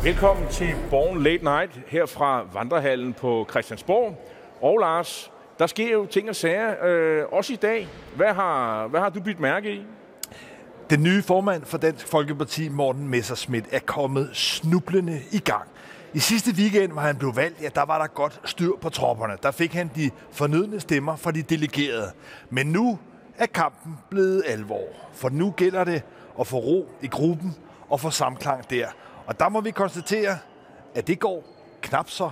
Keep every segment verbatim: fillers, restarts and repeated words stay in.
Velkommen til Borgen Late Night her fra Vandrehallen på Christiansborg. Og Lars, der sker jo ting og sager, øh, også i dag. Hvad har, hvad har du bidt mærke i? Den nye formand for Dansk Folkeparti, Morten Messerschmidt, er kommet snublende i gang. I sidste weekend, hvor han blev valgt, ja, der var der godt styr på tropperne. Der fik han de fornødne stemmer fra de delegerede. Men nu er kampen blevet alvor. For nu gælder det at få ro i gruppen og få samklang der. Og der må vi konstatere, at det går knap så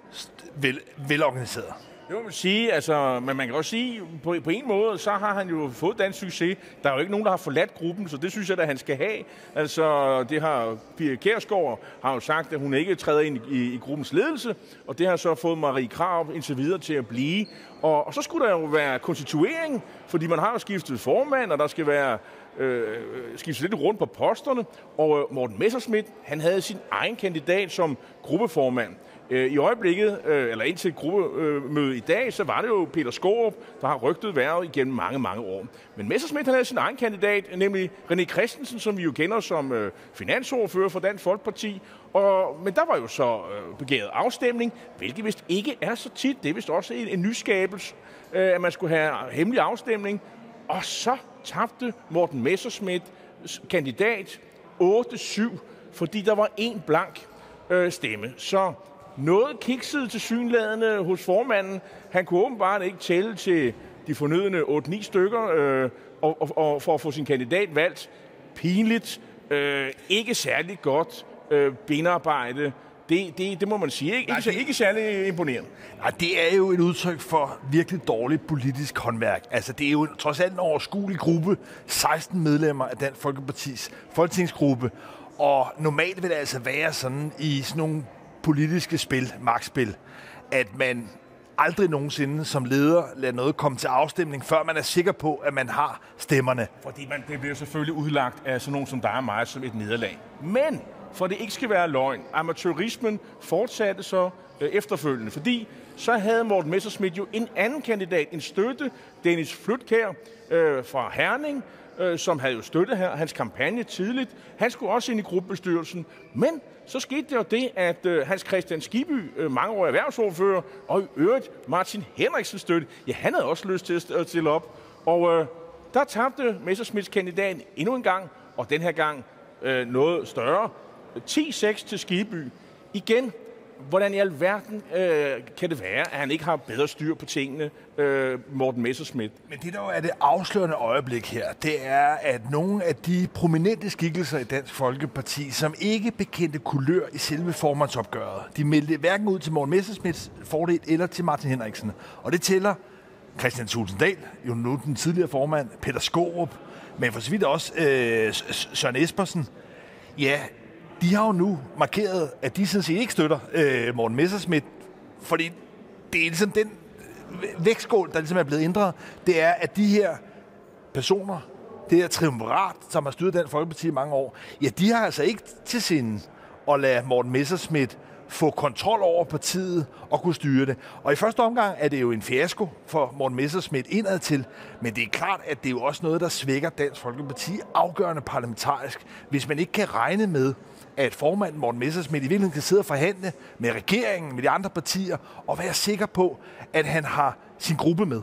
vel, velorganiseret. Det må man sige, altså, men man kan også sige, på, på en måde, så har han jo fået den succes. Der er jo ikke nogen, der har forladt gruppen, så det synes jeg, at han skal have. Altså, det har Pia Kjærsgaard har jo sagt, at hun ikke træder ind i, i gruppens ledelse, og det har så fået Marie Krarup indtil videre til at blive. Og, og så skulle der jo være konstituering, fordi man har jo skiftet formand, og der skal være øh, skiftet lidt rundt på posterne. Og øh, Morten Messerschmidt, han havde sin egen kandidat som gruppeformand. I øjeblikket, eller indtil gruppemødet i dag, så var det jo Peter Skaarup, der har rygtet været igennem mange, mange år. Men Messerschmidt, han havde sin egen kandidat, nemlig René Christensen, som vi jo kender som øh, finansordfører for Dansk Folkeparti. Og, men der var jo så øh, begæret afstemning, hvilket vist ikke er så tit. Det er vist også en, en nyskabelse, øh, at man skulle have hemmelig afstemning. Og så tabte Morten Messerschmidt kandidat otte syv, fordi der var en blank øh, stemme. Så noget kiksede til synladende hos formanden. Han kunne åbenbart ikke tælle til de fornødne otte ni stykker øh, og, og, og for at få sin kandidat valgt. Pinligt. Øh, ikke særlig godt øh, benarbejde. Det, det, det må man sige. Ikke, Nej, det, ikke særlig imponerende. Nej, det er jo et udtryk for virkelig dårligt politisk håndværk. Altså, det er jo trods alt en overskuelig gruppe. seksten medlemmer af Dansk Folkepartis folketingsgruppe. Og normalt vil det altså være sådan i sådan nogle politiske spil, magtspil, at man aldrig nogensinde som leder lader noget komme til afstemning, før man er sikker på, at man har stemmerne. Fordi man, det bliver selvfølgelig udlagt af sådan nogen som dig og mig som et nederlag. Men for det ikke skal være løgn, amatørismen fortsatte så øh, efterfølgende, fordi så havde Morten Messerschmidt jo en anden kandidat, en støtte, Dennis Flydtkjær øh, fra Herning, øh, som havde jo støttet her, hans kampagne tidligt. Han skulle også ind i gruppebestyrelsen, men så skete det jo det, at øh, Hans Kristian Skibby, øh, mangeårig erhvervsordfører, og i øvrigt Martin Henriksen støtte, ja, han havde også lyst til at stille op. Og øh, der tabte Messerschmidts kandidat endnu en gang, og den her gang øh, noget større. ti seks til Skibby. Igen, hvordan i alverden øh, kan det være, at han ikke har bedre styr på tingene, øh, Morten Messerschmidt? Men det, der jo er det afslørende øjeblik her, det er, at nogle af de prominente skikkelser i Dansk Folkeparti, som ikke bekendte kulør i selve formandsopgøret, de meldte hverken ud til Morten Messerschmidts fordel eller til Martin Henriksen. Og det tæller Kristian Thulesen Dahl, jo nu den tidligere formand, Peter Skaarup, men for så vidt også øh, Søren Espersen. Ja, de har jo nu markeret, at de sådan set ikke støtter øh, Morten Messerschmidt, fordi det er ligesom den vægtskål, der ligesom er blevet ændret. Det er, at de her personer, det her triumvirat, som har styret Dansk Folkeparti i mange år, ja, de har altså ikke til sinde at lade Morten Messerschmidt få kontrol over partiet og kunne styre det. Og i første omgang er det jo en fiasko for Morten Messerschmidt indad til, men det er klart, at det er jo også noget, der svækker Dansk Folkeparti afgørende parlamentarisk, hvis man ikke kan regne med, at formanden Morten Messerschmidt i virkeligheden kan sidde og forhandle med regeringen, med de andre partier, og være sikker på, at han har sin gruppe med.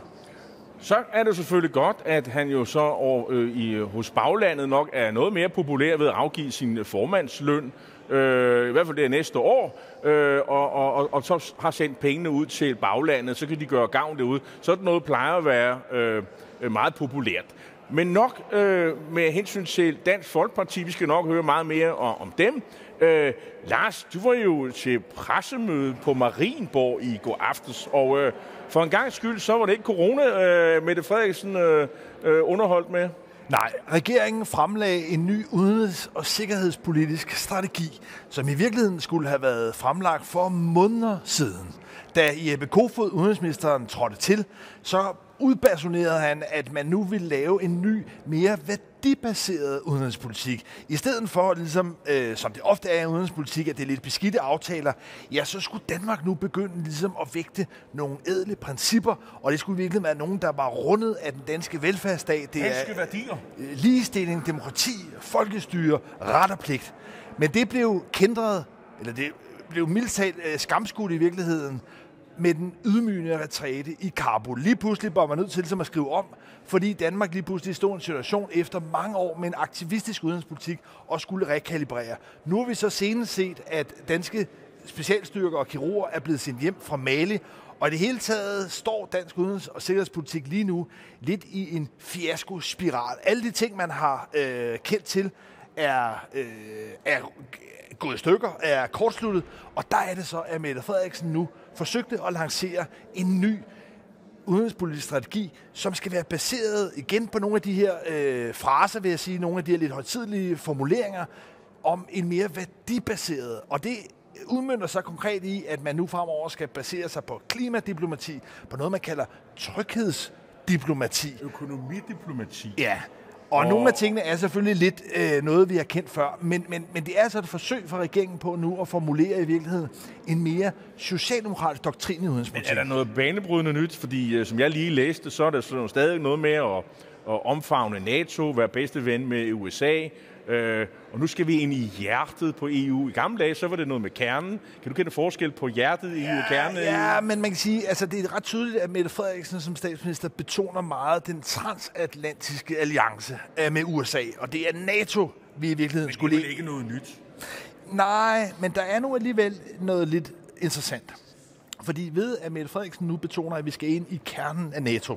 Så er det selvfølgelig godt, at han jo så over, øh, i, hos baglandet nok er noget mere populær ved at afgive sin formandsløn, øh, i hvert fald det næste år, øh, og, og, og, og så har sendt pengene ud til baglandet, så kan de gøre gavn derude. Sådan noget plejer at være øh, meget populært. Men nok øh, med hensyn til Dansk Folkeparti, vi skal nok høre meget mere om, om dem. Øh, Lars, du var jo til pressemøde på Marienborg i går aftes, og øh, for en gang skyld, så var det ikke corona, øh, Mette Frederiksen øh, øh, underholdt med. Nej, regeringen fremlagde en ny udenrigs- og sikkerhedspolitisk strategi, som i virkeligheden skulle have været fremlagt for måneder siden. Da Jeppe Kofod, udenrigsministeren, trådte til, så udbasunerede han, at man nu vil lave en ny, mere værdibaseret udenrigspolitik. I stedet for, ligesom, øh, som det ofte er i udenrigspolitik, at det er lidt beskidte aftaler, ja, så skulle Danmark nu begynde ligesom at vægte nogle ædle principper, og det skulle virkelig være nogen, der var rundet af den danske velfærdsstat. Det danske værdier. Øh, ligestilling, demokrati, folkestyre, ret og pligt. Men det blev kændret eller det blev mildt talt øh, skamskudt i virkeligheden, med den ydmygende retræte i Kabul. Lige pludselig var man nødt til at skrive om, fordi Danmark lige pludselig stod i en situation efter mange år med en aktivistisk udenrigspolitik og skulle rekalibrere. Nu har vi så senest set, at danske specialstyrker og kirurger er blevet sendt hjem fra Mali, og i det hele taget står dansk udenrigs- og sikkerhedspolitik lige nu lidt i en fiaskospiral. Alle de ting, man har øh, kendt til, er, øh, er gået i stykker, er kortsluttet, og der er det så, at Mette Frederiksen nu forsøgte at lancere en ny udenrigspolitisk strategi, som skal være baseret igen på nogle af de her øh, fraser, vil jeg sige, nogle af de her lidt højtidelige formuleringer om en mere værdibaseret. Og det udmønter sig konkret i, at man nu fremover skal basere sig på klimadiplomati, på noget, man kalder tryghedsdiplomati. Økonomidiplomati. Ja. Og, og nogle af tingene er selvfølgelig lidt øh, noget, vi har kendt før, men, men, men det er altså et forsøg fra regeringen på nu at formulere i virkeligheden en mere socialdemokratisk doktrin i udenrigspolitik. Men er der noget banebrydende nyt? Fordi øh, som jeg lige læste, så er der så stadig noget med at, at omfavne NATO, være bedste ven med U S A, øh, og nu skal vi ind i hjertet på E U. I gamle dage, så var det noget med kernen. Kan du kende forskel på hjertet i E U og kernen? Ja, men man kan sige, altså det er ret tydeligt, at Mette Frederiksen som statsminister betoner meget den transatlantiske alliance med U S A, og det er NATO, vi i virkeligheden men skulle... Men det er ikke noget nyt. Nej, men der er nu alligevel noget lidt interessant. Fordi ved, at Mette Frederiksen nu betoner, at vi skal ind i kernen af NATO,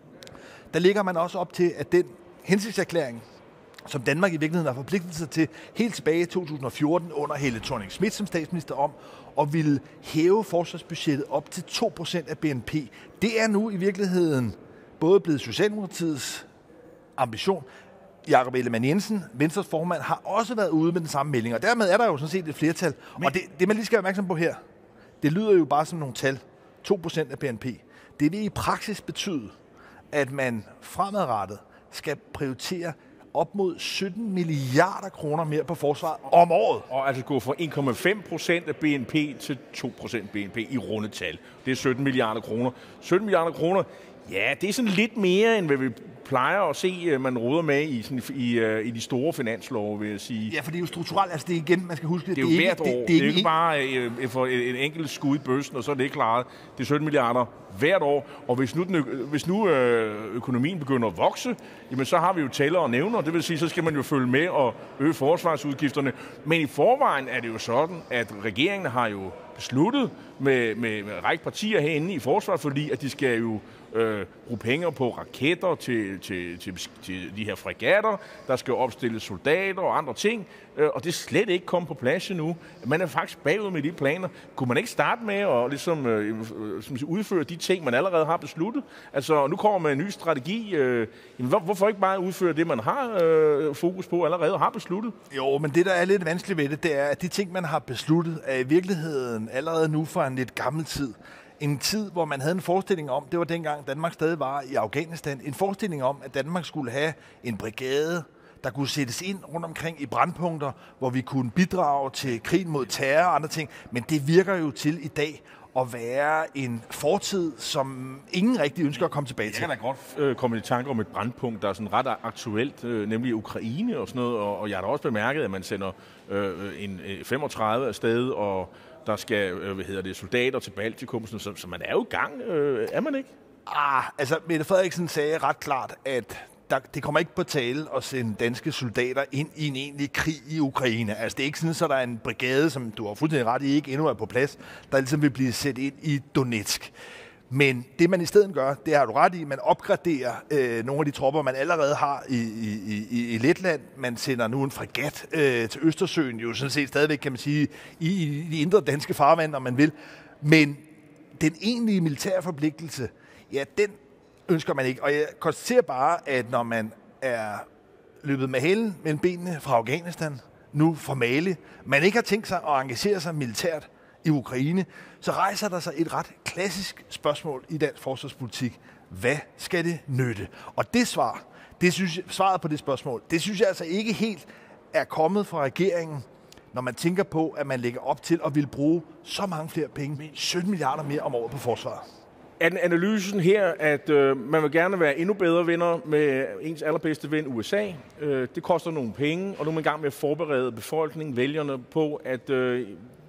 der ligger man også op til, at den hensigtserklæring, som Danmark i virkeligheden har forpligtet sig til helt tilbage i to tusind og fjorten under Helle Thorning-Schmidt som statsminister om, og ville hæve forsvarsbudgettet op til to procent af B N P. Det er nu i virkeligheden både blevet Socialdemokratiets ambition. Jakob Ellemann-Jensen, Venstres formand, har også været ude med den samme melding, og dermed er der jo sådan set et flertal. Men... Og det, det, man lige skal være opmærksom på her, det lyder jo bare som nogle tal. to procent af B N P. Det vil i praksis betyde, at man fremadrettet skal prioritere op mod sytten milliarder kroner mere på forsvaret om året. Og altså gå fra en komma fem procent af B N P til to procent B N P i runde tal. Det er sytten milliarder kroner. sytten milliarder kroner, ja, det er sådan lidt mere, end hvad vi plejer at se, man råder med i, sådan, i, i de store finanslove, vil jeg sige. Ja, for det er jo strukturelt. Altså det er igen, man skal huske, det, det er jo det er hvert ikke, år. Det, det, det er ikke bare øh, for et enkelt skud i bøssen, og så er det ikke klaret. Det er sytten milliarder hvert år, og hvis nu, den, hvis nu øh, økonomien begynder at vokse, jamen så har vi jo tæller og nævner, det vil sige, så skal man jo følge med og øge forsvarsudgifterne. Men i forvejen er det jo sådan, at regeringen har jo besluttet med, med, med række partier herinde i forsvarsforlig, at de skal jo øh, bruge penge på raketter til, til, til, til de her fregatter, der skal opstilles soldater og andre ting, øh, og det er slet ikke kommet på plads endnu. Man er faktisk bagud med de planer. Kunne man ikke starte med at ligesom, øh, udføre de ting, man allerede har besluttet? Altså, nu kommer man en ny strategi. Øh, hvor, hvorfor ikke bare udføre det, man har øh, fokus på allerede har besluttet? Jo, men det, der er lidt vanskeligt ved det, det er, at de ting, man har besluttet, er i virkeligheden allerede nu fra en lidt gammel tid. En tid, hvor man havde en forestilling om, det var dengang Danmark stadig var i Afghanistan, en forestilling om, at Danmark skulle have en brigade, der kunne sættes ind rundt omkring i brandpunkter, hvor vi kunne bidrage til krigen mod terror og andre ting. Men det virker jo til i dag at være en fortid, som ingen rigtig ønsker at komme tilbage til. Jeg kan da godt øh, komme i tanke om et brandpunkt, der er sådan ret aktuelt, øh, nemlig Ukraine og sådan noget. Og, og jeg har da også bemærket, at man sender øh, en øh, femogtredive afsted, og der skal, øh, hvad hedder det, soldater til Baltikum, så, så man er jo i gang, øh, er man ikke? Ah, altså Mette Frederiksen sagde ret klart, at der, det kommer ikke på tale at sende danske soldater ind i en egentlig krig i Ukraine. Altså det er ikke sådan, så der er en brigade, som du har fuldstændig ret i, ikke endnu er på plads, der ligesom vil blive sat ind i Donetsk. Men det man i stedet gør, det har du ret i, man opgraderer øh, nogle af de tropper, man allerede har i, i, i, i Letland. Man sender nu en fregat øh, til Østersøen, jo sådan set stadigvæk, kan man sige, i, i de indre danske farvand, om man vil. Men den egentlige militære forpligtelse, ja, den ønsker man ikke. Og jeg konstaterer bare, at når man er løbet med hælen mellem benene fra Afghanistan, nu fra Mali, man ikke har tænkt sig at engagere sig militært i Ukraine, så rejser der sig et ret klassisk spørgsmål i dansk forsvarspolitik. Hvad skal det nytte? Og det svar, det synes jeg, svaret på det spørgsmål, det synes jeg altså ikke helt er kommet fra regeringen, når man tænker på, at man lægger op til at ville bruge så mange flere penge, sytten milliarder mere om året på forsvaret. Er analysen her, at øh, man vil gerne være endnu bedre venner med ens allerbedste ven U S A? Øh, det koster nogle penge, og nu er man i gang med at forberede befolkningen, vælgerne på, at øh,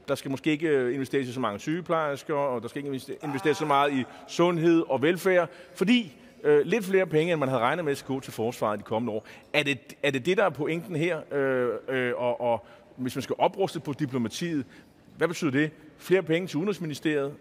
der skal måske ikke investeres i så mange sygeplejersker, og der skal ikke investeres så meget i sundhed og velfærd, fordi øh, lidt flere penge, end man havde regnet med, skal gå til forsvaret de kommende år. Er det er det, det der er pointen her? Øh, øh, og, og hvis man skal opruste på diplomatiet, hvad betyder det? Flere penge til Udenrigsministeriet?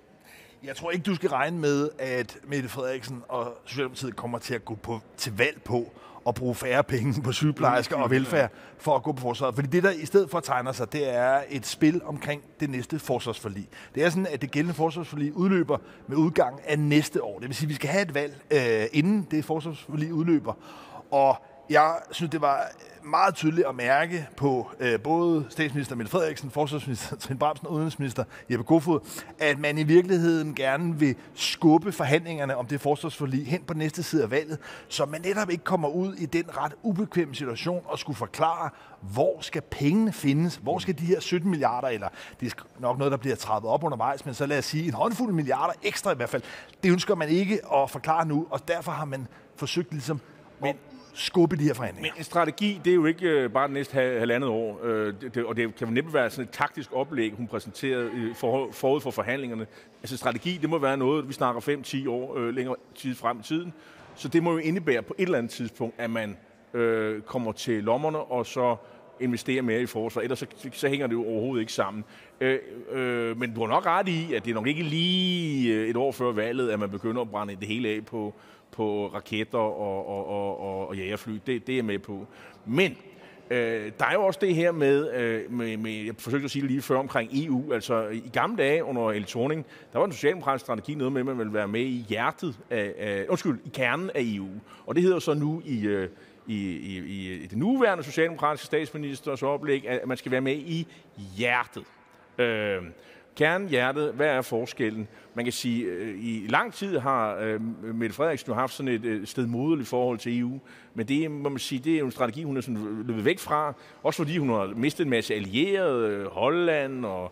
Jeg tror ikke, du skal regne med, at Mette Frederiksen og Socialdemokratiet kommer til at gå på, til valg på at bruge færre penge på sygeplejersker og velfærd for at gå på forsvaret. Fordi det, der i stedet for tegner sig, det er et spil omkring det næste forsvarsforlig. Det er sådan, at det gældende forsvarsforlig udløber med udgang af næste år. Det vil sige, at vi skal have et valg, øh, inden det forsvarsforlig udløber. Og jeg synes, det var meget tydeligt at mærke på øh, både statsminister Mette Frederiksen, forsvarsminister Trine Bramsen og udenrigsminister Jeppe Kofod, at man i virkeligheden gerne vil skubbe forhandlingerne om det forsvarsforlig hen på næste side af valget, så man netop ikke kommer ud i den ret ubekvemme situation og skulle forklare, hvor skal pengene findes, hvor skal de her sytten milliarder, eller det er nok noget, der bliver trappet op undervejs, men så lad os sige en håndfuld milliarder ekstra i hvert fald. Det ønsker man ikke at forklare nu, og derfor har man forsøgt ligesom men skubbe de her forhandlinger. Men en strategi, det er jo ikke øh, bare det næste halvandet år, øh, det, det, og det kan næppe være sådan et taktisk oplæg, hun præsenterede øh, for, forud for forhandlingerne. Altså strategi, det må være noget, vi snakker fem til ti år øh, længere tid frem i tiden, så det må jo indebære på et eller andet tidspunkt, at man øh, kommer til lommerne og så investerer mere i forsvar. Ellers så, så hænger det jo overhovedet ikke sammen. Øh, øh, men du har nok ret i, at det er nok ikke lige et år før valget, at man begynder at brænde det hele af på på raketter og, og, og, og, og jagerfly. Det, det er jeg med på. Men øh, der er jo også det her med, øh, med, med, jeg forsøgte at sige det lige før omkring E U, altså i gamle dage under Helle Thorning, der var en socialdemokratisk strategi noget med, at man ville være med i hjertet af, af undskyld, i kernen af E U. Og det hedder så nu i, øh, i, i, i det nuværende socialdemokratiske statsministers oplæg, at man skal være med i hjertet. Øh, Kernen, hjertet, hvad er forskellen? Man kan sige, at i lang tid har Mette Frederiksen jo haft sådan et stedmoderligt forhold til E U, men det må man sige, det er jo en strategi, hun er sådan løbet væk fra, også fordi hun har mistet en masse allierede, Holland og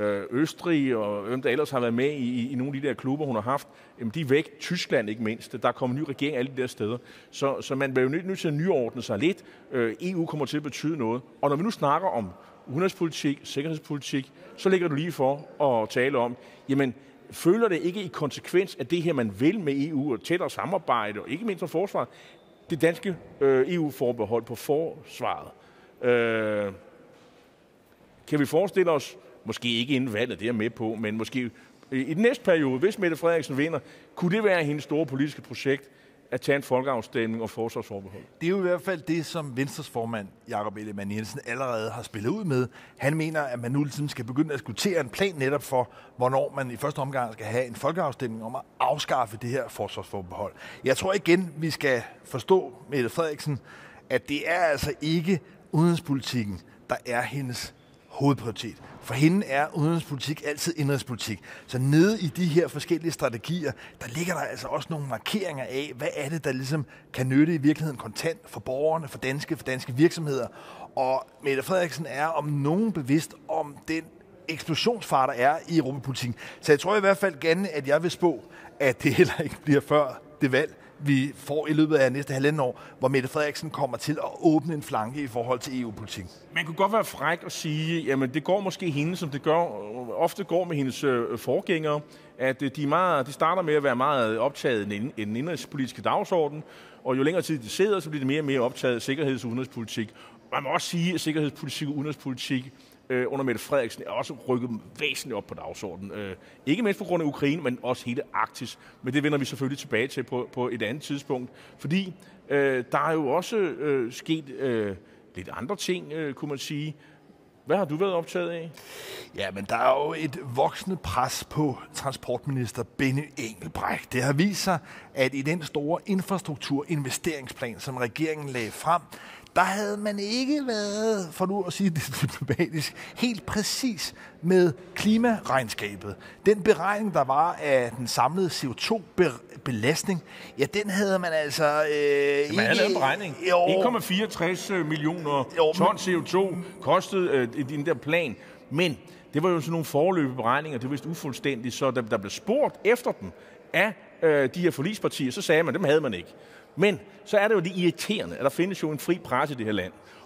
Østrig og hvem der ellers har været med i, i nogle af de der klubber, hun har haft. Jamen, de er væk. Tyskland ikke mindst. Der er kommet en ny regering alle de der steder. Så, så man bliver jo nødt, nødt til at nyordne sig lidt. E U kommer til at betyde noget. Og når vi nu snakker om udenrigspolitik, sikkerhedspolitik, så ligger du lige for at tale om, jamen, føler det ikke i konsekvens af det her, man vil med E U og tættere samarbejde, og ikke mindst om forsvaret, det danske øh, E U-forbehold på forsvaret. Øh, kan vi forestille os, måske ikke inden valget, det er med på, men måske i den næste periode, hvis Mette Frederiksen vinder, kunne det være hendes store politiske projekt, at tage en folkeafstemning og forsvarsforbehold? Det er jo i hvert fald det, som Venstres formand, Jakob Ellemann-Jensen, allerede har spillet ud med. Han mener, at man nu ligesom skal begynde at diskutere en plan netop for, hvornår man i første omgang skal have en folkeafstemning om at afskaffe det her forsvarsforbehold. Jeg tror igen, vi skal forstå, Mette Frederiksen, at det er altså ikke udenrigspolitikken, der er hendes hovedprioritet. For hende er udenrigspolitik altid indrigspolitik. Så nede i de her forskellige strategier, der ligger der altså også nogle markeringer af, hvad er det, der ligesom kan nytte i virkeligheden kontant for borgerne, for danske, for danske virksomheder. Og Mette Frederiksen er om nogen bevidst om den eksplosionsfart, der er i europapolitikken. Så jeg tror i hvert fald gerne, at jeg vil spå, at det heller ikke bliver før det valg, vi får i løbet af næste halvanden år, hvor Mette Frederiksen kommer til at åbne en flanke i forhold til E U-politikken. Man kunne godt være fræk og sige, jamen det går måske hende, som det gør, ofte går med hendes øh, forgængere, at de, er meget, de starter med at være meget optaget i den indrigspolitiske dagsorden, og jo længere tid de sidder, så bliver det mere og mere optaget af sikkerheds- og udenrigspolitik. Man må også sige, at sikkerhedspolitik og udenrigspolitik øh, under Mette Frederiksen er også rykket væsentligt op på dagsordenen. Øh, ikke mindst på grund af Ukraine, men også hele Arktis. Men det vender vi selvfølgelig tilbage til på, på et andet tidspunkt. Fordi øh, der er jo også øh, sket øh, lidt andre ting, øh, kunne man sige. Hvad har du været optaget af? Ja, men der er jo et voksende pres på transportminister Benny Engelbrecht. Det har vist sig, at i den store infrastrukturinvesteringsplan, som regeringen lagde frem, der havde man ikke været, for nu at sige det diplomatisk, helt præcis med klimaregnskabet. Den beregning, der var af den samlede C O to belastning, ja, den havde man altså øh, ikke... Man havde lavet en beregning. en komma fireogtres millioner jo, ton C O to kostede øh, i den der plan. Men det var jo sådan nogle foreløbige beregninger, det var vist ufuldstændigt, så der, der blev spurgt efter dem af øh, de her forligspartier, så sagde man, dem havde man ikke. Men så er det jo det irriterende, at der findes jo en fri presse i det her land.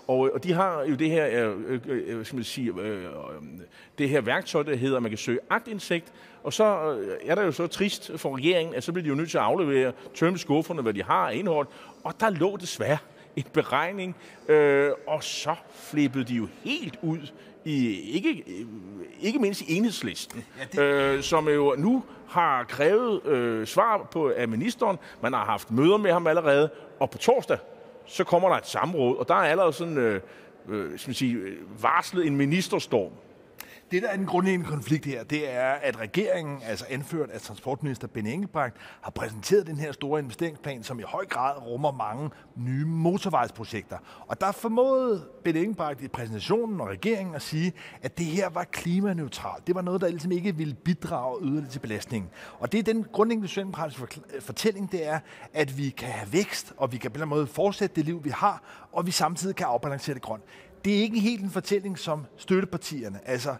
Og, og de har jo det her, øh, øh, skal man sige, øh, det her værktøj, der hedder, at man kan søge aktindsigt. Og så øh, er der jo så trist for regeringen, at så bliver de jo nødt til at aflevere, tømme skufferne, hvad de har af indhold. Og der lå desværre en beregning, øh, og så flippede de jo helt ud i, ikke, ikke mindst i Enhedslisten, ja, det... øh, som jo nu har krævet øh, svar på af ministeren. Man har haft møder med ham allerede, og på torsdag, så kommer der et samråd, og der er allerede sådan, øh, øh, skal man sige, varslet en ministerstorm. Det, der er den grundlæggende konflikt her, det er, at regeringen, altså anført af transportminister Benny Engelbrecht, har præsenteret den her store investeringsplan, som i høj grad rummer mange nye motorvejsprojekter. Og der formåede Benny Engelbrecht i præsentationen og regeringen at sige, at det her var klimaneutralt. Det var noget, der ligesom ikke ville bidrage yderligere til belastningen. Og det er den grundlæggende socialdemokratiske fortælling, det er, at vi kan have vækst, og vi kan på en eller anden måde fortsætte det liv, vi har, og vi samtidig kan afbalancere det grønt. Det er ikke helt en fortælling, som støttepartierne, altså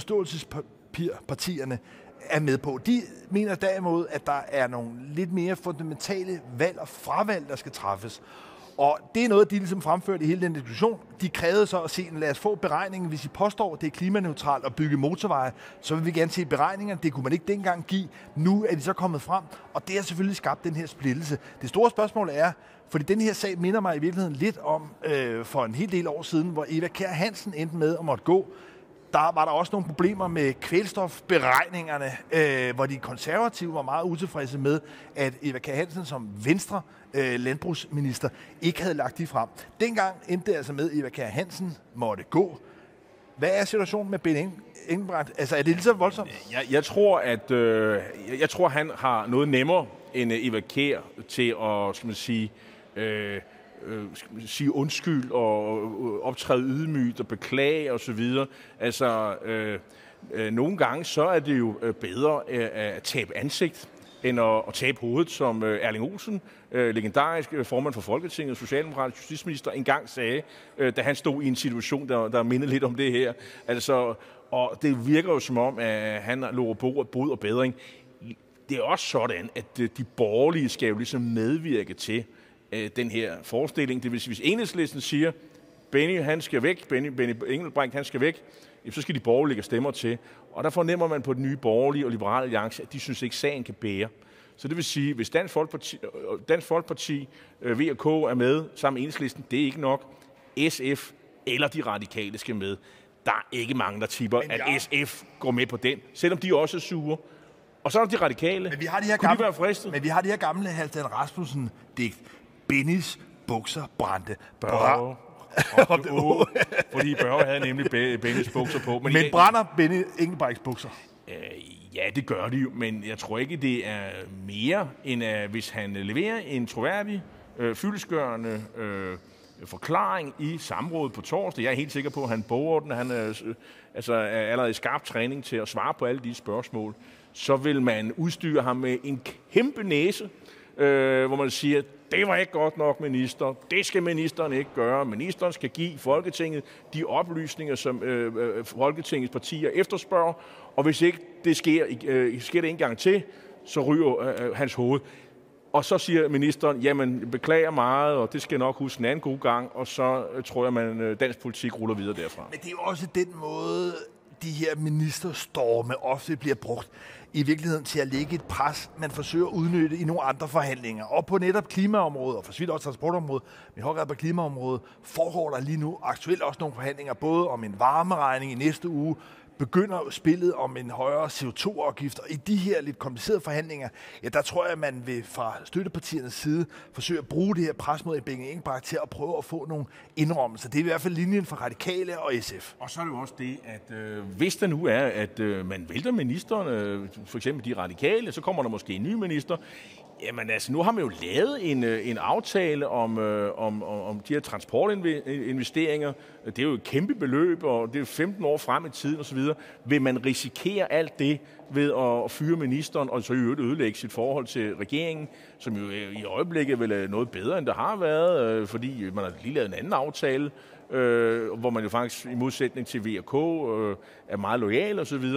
forståelsespapirpartierne, er med på. De mener derimod, at der er nogle lidt mere fundamentale valg og fravalg, der skal træffes. Og det er noget, de ligesom fremførte i hele den diskussion. De krævede så at se, lad os få beregningen. Hvis I påstår, at det er klimaneutralt at bygge motorveje, så vil vi gerne se beregningerne. Det kunne man ikke dengang give. Nu er de så kommet frem, og det har selvfølgelig skabt den her splittelse. Det store spørgsmål er, fordi den her sag minder mig i virkeligheden lidt om øh, for en hel del år siden, hvor Eva Kjer Hansen endte med at måtte gå. Der var der også nogle problemer med kvælstofberegningerne, øh, hvor de konservative var meget utilfredse med, at Eva Kjer Hansen som Venstre øh, landbrugsminister ikke havde lagt de frem. Dengang endte det altså med, at Eva Kjer Hansen måtte gå. Hvad er situationen med Benny Engelbrecht? Altså, er det lige så voldsomt? Jeg, jeg tror, at øh, jeg, jeg tror, han har noget nemmere end Eva Kjer til at, skal man sige, øh, øh, skal man sige undskyld og øh, optræde ydmygt og beklage og så videre. Altså, øh, øh, nogle gange så er det jo bedre øh, at tabe ansigt end at, at tabe hovedet, som øh, Erling Olsen, øh, legendarisk formand for Folketinget, socialdemokratisk justitsminister, engang sagde, øh, da han stod i en situation, der, der mindede lidt om det her. Altså, og det virker jo som om, at han lover bod og bedring. Det er også sådan, at de borgerlige skal jo ligesom medvirke til øh, den her forestilling. Det vil sige, hvis Enhedslisten siger, Benny han skal væk, Benny, Benny Engelbrecht han skal væk, så skal de borgerlige lægge stemmer til. Og der fornemmer man på den nye borgerlige og liberale alliance, at de synes ikke, sagen kan bære. Så det vil sige, hvis Dansk Folkeparti, Dansk Folkeparti V og K er med sammen med Enhedslisten, det er ikke nok. S F eller de radikale skal med. Der er ikke mange, der tipper, ja. at S F går med på den, selvom de også er sure. Og så er der de radikale. Men vi har de her Kunne gamle, de være fristet? Men vi har de her gamle Halfdan Rasmussen-digt. Bennys bukser brændte. Bra. Oh, fordi Børge havde nemlig Bennys bukser på. Men, men jeg, brænder Benny Engelbrechts bukser? Øh, ja, det gør de jo, men jeg tror ikke, det er mere, end at hvis han leverer en troværdig, øh, fyldestgørende øh, forklaring i samrådet på torsdag. Jeg er helt sikker på, at han boger den, han er, altså, er allerede i skarp træning til at svare på alle de spørgsmål. Så vil man udstyre ham med en kæmpe næse, øh, hvor man siger, det var ikke godt nok, minister. Det skal ministeren ikke gøre. Ministeren skal give Folketinget de oplysninger, som øh, Folketingets partier efterspørger. Og hvis ikke det sker, øh, sker det en gang til, så ryger øh, hans hoved. Og så siger ministeren, jamen beklager meget, og det skal jeg nok huske en anden god gang. Og så øh, tror jeg, at øh, dansk politik ruller videre derfra. Men det er jo også den måde, de her ministerstorme ofte bliver brugt i virkeligheden til at lægge et pres, man forsøger at udnytte i nogle andre forhandlinger. Og på netop klimaområdet, og for så vidt også transportområdet, men højere på klimaområdet, foregår der lige nu aktuelt også nogle forhandlinger, både om en varmeregning i næste uge, begynder spillet om en højere C O to afgift, og i de her lidt komplicerede forhandlinger, ja, der tror jeg, at man vil fra støttepartiernes side forsøge at bruge det her pres mod Benny Engelbrecht til at prøve at få nogle indrømmelser. Det er i hvert fald linjen for Radikale og S F. Og så er det jo også det, at øh, hvis der nu er, at øh, man vælter ministeren, øh, for eksempel de Radikale, så kommer der måske en ny minister. Jamen altså, nu har man jo lavet en, en aftale om, øh, om, om de her transportinvesteringer. Det er jo et kæmpe beløb, og det er femten år frem i tiden osv. Vil man risikere alt det ved at fyre ministeren, og så i øvrigt ødelægge sit forhold til regeringen, som jo i øjeblikket vel er noget bedre, end der har været, øh, fordi man har lige lavet en anden aftale, øh, hvor man jo faktisk i modsætning til V og K øh, er meget lojal osv.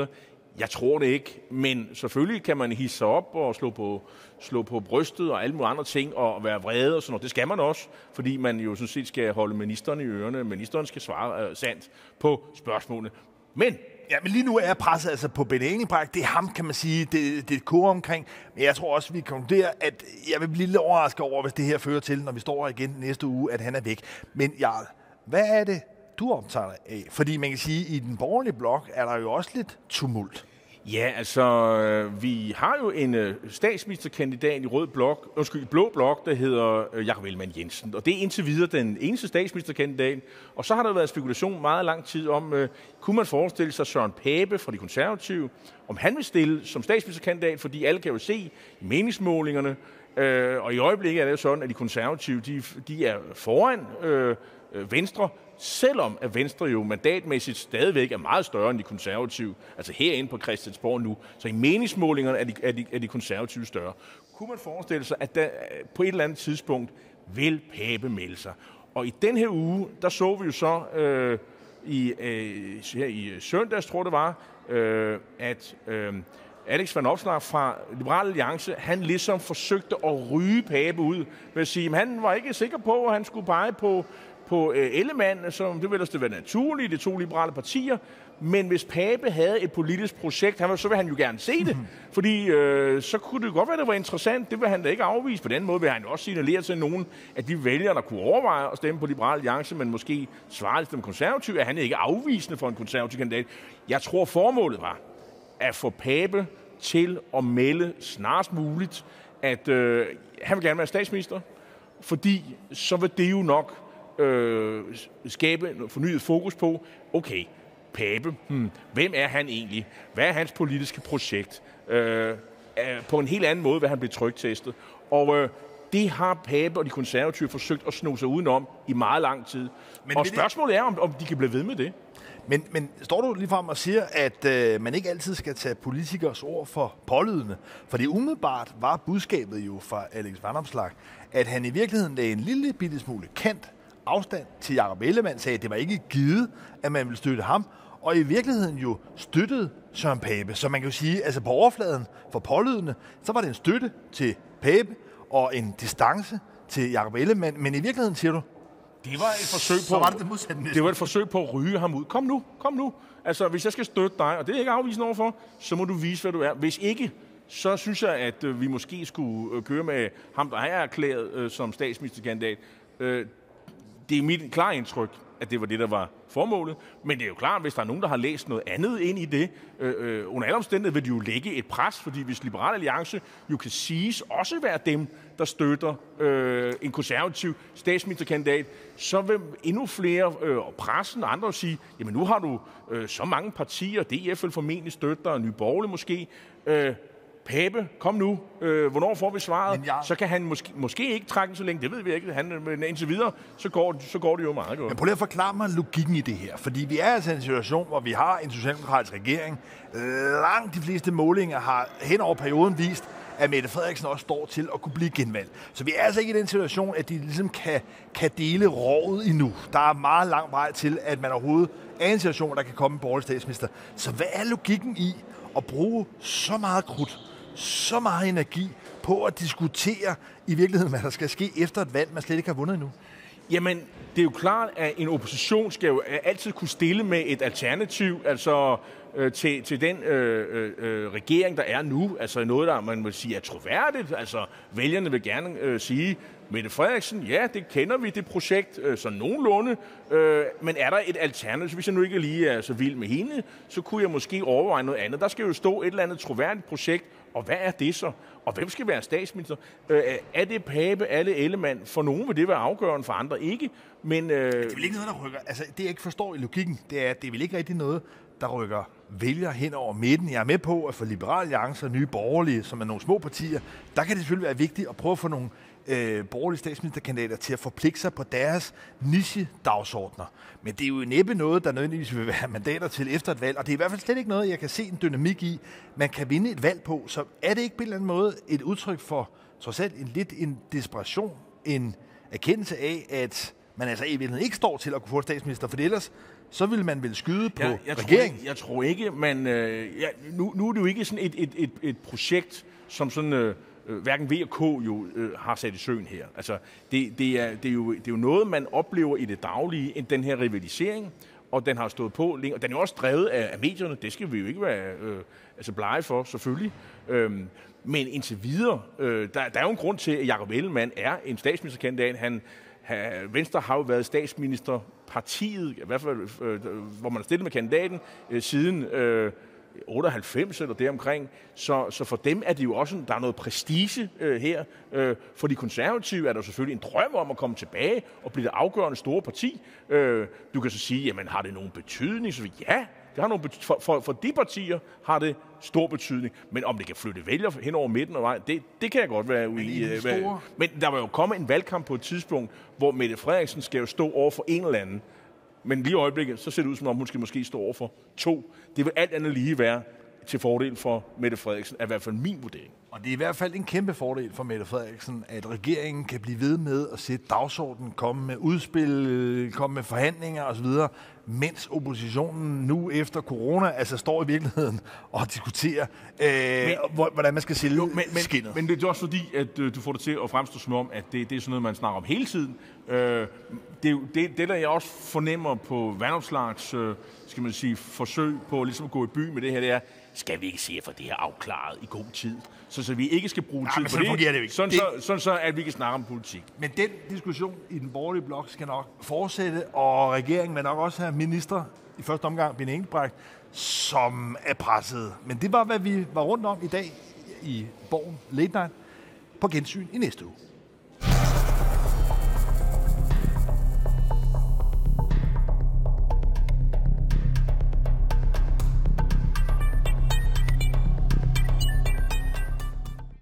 Jeg tror det ikke, men selvfølgelig kan man hisse sig op og slå på, slå på brystet og alle mulige andre ting og være vrede og sådan noget. Det skal man også, fordi man jo sådan set skal holde ministeren i ørerne. Ministeren skal svare øh, sandt på spørgsmålene. Men Ja, men lige nu er presset altså på Benny Engelbrecht. Det er ham, kan man sige, det, det er et kor omkring. Men jeg tror også, vi konkluderer, at jeg vil blive lidt overrasket over, hvis det her fører til, når vi står her igen næste uge, at han er væk. Men Jarl, hvad er det, du optager af? Fordi man kan sige, at i den borgerlige blok er der jo også lidt tumult. Ja, altså, vi har jo en øh, statsministerkandidat i rød blok, undskyld, blå blok, der hedder øh, Jakob Ellemann-Jensen. Og det er indtil videre den eneste statsministerkandidat. Og så har der været spekulation meget lang tid om, øh, kunne man forestille sig Søren Pape fra De Konservative, om han vil stille som statsministerkandidat, fordi alle kan jo se i meningsmålingerne, øh, og i øjeblikket er det jo sådan, at De Konservative, de, de er foran øh, Venstre, selvom at Venstre jo mandatmæssigt stadigvæk er meget større end De Konservative, altså herinde på Christiansborg nu, så i meningsmålingerne er de, er de, er de Konservative større. Kunne man forestille sig, at der på et eller andet tidspunkt vil Pape melde sig? Og i den her uge, der så vi jo så øh, i, øh, her i søndags, tror det var, øh, at øh, Alex Van Opslark fra Liberal Alliance, han ligesom forsøgte at ryge Pape ud ved at sige, at han var ikke sikker på, at han skulle pege på på øh, Ellemann, som det ville ellers det være naturligt, de to liberale partier, men hvis Pape havde et politisk projekt, han, så ville han jo gerne se det, fordi øh, så kunne det godt være, det var interessant, det vil han da ikke afvise. På den måde vil han også signalere til nogen, at de vælgere, der kunne overveje at stemme på Liberal Alliance, men måske svare til dem konservative, at han ikke afvisende for en konservativ kandidat. Jeg tror, formålet var at få Pape til at melde snarest muligt, at øh, han vil gerne være statsminister, fordi så vil det jo nok Øh, skabe fornyet fokus på, okay, Pape, hmm, hvem er han egentlig? Hvad er hans politiske projekt? Øh, på en helt anden måde vil han blive trygtestet. Og øh, det har Pape og de konservative forsøgt at sno sig udenom i meget lang tid. Men og spørgsmålet er, om, om de kan blive ved med det. Men, men står du ligefrem og siger, at øh, man ikke altid skal tage politikers ord for pålydende? For det umiddelbart var budskabet jo fra Alex Van Opslark, at han i virkeligheden lagde en lille bitte smule kant afstand til Jakob Ellemann, sagde, at det var ikke givet, at man ville støtte ham, og i virkeligheden jo støttede Søren Pape. Så man kan jo sige, altså på overfladen for pålydende, så var det en støtte til Pape og en distance til Jakob Ellemann, men i virkeligheden siger du, det var et forsøg på, så var det, det, modsatte. Det var et forsøg på at ryge ham ud. Kom nu, kom nu. Altså, hvis jeg skal støtte dig, og det er ikke afvisende overfor, så må du vise, hvad du er. Hvis ikke, så synes jeg, at øh, vi måske skulle øh, køre med ham, der er erklæret øh, som statsministerkandidat. Øh, Det er mit klare indtryk, at det var det, der var formålet. Men det er jo klart, hvis der er nogen, der har læst noget andet ind i det, øh, øh, under alle omstændigheder vil de jo lægge et pres, fordi hvis Liberal Alliance jo kan siges også være dem, der støtter øh, en konservativ statsministerkandidat, så vil endnu flere øh, og pressen og andre sige, jamen nu har du øh, så mange partier, D F vil formentlig støtte dig, Nye Borgerlige måske, øh, Pape, kom nu. Øh, hvornår får vi svaret? Jeg... Så kan han måske, måske ikke trække så længe. Det ved vi ikke. Han, men indtil videre, så går, så går det jo meget godt. Men prøv lige at forklare mig logikken i det her. Fordi vi er altså i en situation, hvor vi har en socialdemokratisk regering. Langt de fleste målinger har hen over perioden vist, at Mette Frederiksen også står til at kunne blive genvalgt. Så vi er altså ikke i den situation, at de ligesom kan, kan dele rådet endnu. Der er meget lang vej til, at man overhovedet er i en situation, hvor der kan komme en borgerlig statsminister. Så hvad er logikken i at bruge så meget krudt, så meget energi på at diskutere i virkeligheden, hvad der skal ske efter et valg, man slet ikke har vundet endnu? Jamen, det er jo klart, at en opposition skal jo altid kunne stille med et alternativ, altså øh, til, til den øh, øh, regering, der er nu. Altså noget, der man vil sige er troværdigt. Altså vælgerne vil gerne øh, sige, Mette Frederiksen, ja, det kender vi, det projekt, øh, så nogenlunde. Øh, men er der et alternativ? Hvis jeg nu ikke lige er så vild med hende, så kunne jeg måske overveje noget andet. Der skal jo stå et eller andet troværdigt projekt, og hvad er det så? Og hvem skal være statsminister? Øh, er det Pape, alle Ellemann? For nogen vil det være afgørende, for andre ikke. Men, øh... det er vel ikke noget, der rykker. Altså, det jeg ikke forstår i logikken, det er, at det er vel ikke rigtig noget, der rykker vælger hen over midten. Jeg er med på, at for Liberal Alliance og Nye Borgerlige, som er nogle små partier, der kan det selvfølgelig være vigtigt at prøve at få nogle øh, borgerlige statsministerkandidater til at forpligte sig på deres niche-dagsordner. Men det er jo næppe noget, der nødvendigvis vil være mandater til efter et valg, og det er i hvert fald slet ikke noget, jeg kan se en dynamik i, man kan vinde et valg på. Så er det ikke på en eller anden måde et udtryk for, trods alt, en lidt en desperation, en erkendelse af, at man altså i virkeligheden ikke står til at kunne få statsminister, for ellers så vil man vel skyde på jeg, jeg regeringen. Tror ikke, jeg tror ikke, man... Øh, ja, nu, nu er det jo ikke sådan et, et, et, et projekt, som sådan... Øh, hverken V og K jo øh, har sat i søen her. Altså, det, det, er, det, er jo, det er jo noget, man oplever i det daglige, den her rivalisering, og den har stået på længe, og den er jo også drevet af, af medierne, det skal vi jo ikke være øh, altså blege for, selvfølgelig. Øhm, men indtil videre, øh, der, der er jo en grund til, at Jakob Ellemann er en statsministerkandidat. Han, han, Venstre har jo været statsministerpartiet, i hvert fald, øh, hvor man har stillet med kandidaten, øh, siden... Øh, otteoghalvfems eller deromkring, så, så for dem er det jo også, der er noget prestige øh, her. Øh, for de konservative er der selvfølgelig en drøm om at komme tilbage og blive det afgørende store parti. Øh, du kan så sige, jamen har det nogen betydning? Så ja, det har nogen betydning. For, for, for de partier har det stor betydning, men om det kan flytte vælgere hen over midten og vej, det, det kan jeg godt være uenig i. Men der var jo kommet en valgkamp på et tidspunkt, hvor Mette Frederiksen skal jo stå over for en eller anden. Men lige i øjeblikket, så ser det ud som om, hun skal måske stå over for to. Det vil alt andet lige være til fordel for Mette Frederiksen, er i hvert fald min vurdering. Og det er i hvert fald en kæmpe fordel for Mette Frederiksen, at regeringen kan blive ved med at sætte dagsordenen, komme med udspil, komme med forhandlinger osv., mens oppositionen nu efter corona altså står i virkeligheden og diskuterer, øh, men, hvordan man skal sælge jo, men, skinnet. Men det er også fordi, at øh, du får det til at fremstå som om, at det, det er sådan noget, man snakker om hele tiden. Øh, det, det, det, der jeg også fornemmer på Vandopslags, øh, skal man sige, forsøg på ligesom at gå i by med det her, det er, skal vi ikke se for det her afklaret i god tid, så, så vi ikke skal bruge ja, tid på det, det, det sådan, det... Så, sådan så, at vi kan snakke om politik. Men den diskussion i den borgerlige blok skal nok fortsætte, og regeringen vil nok også have minister i første omgang, Benny Engelbrecht, som er presset. Men det var, hvad vi var rundt om i dag i Borgen Late Night. På gensyn i næste uge.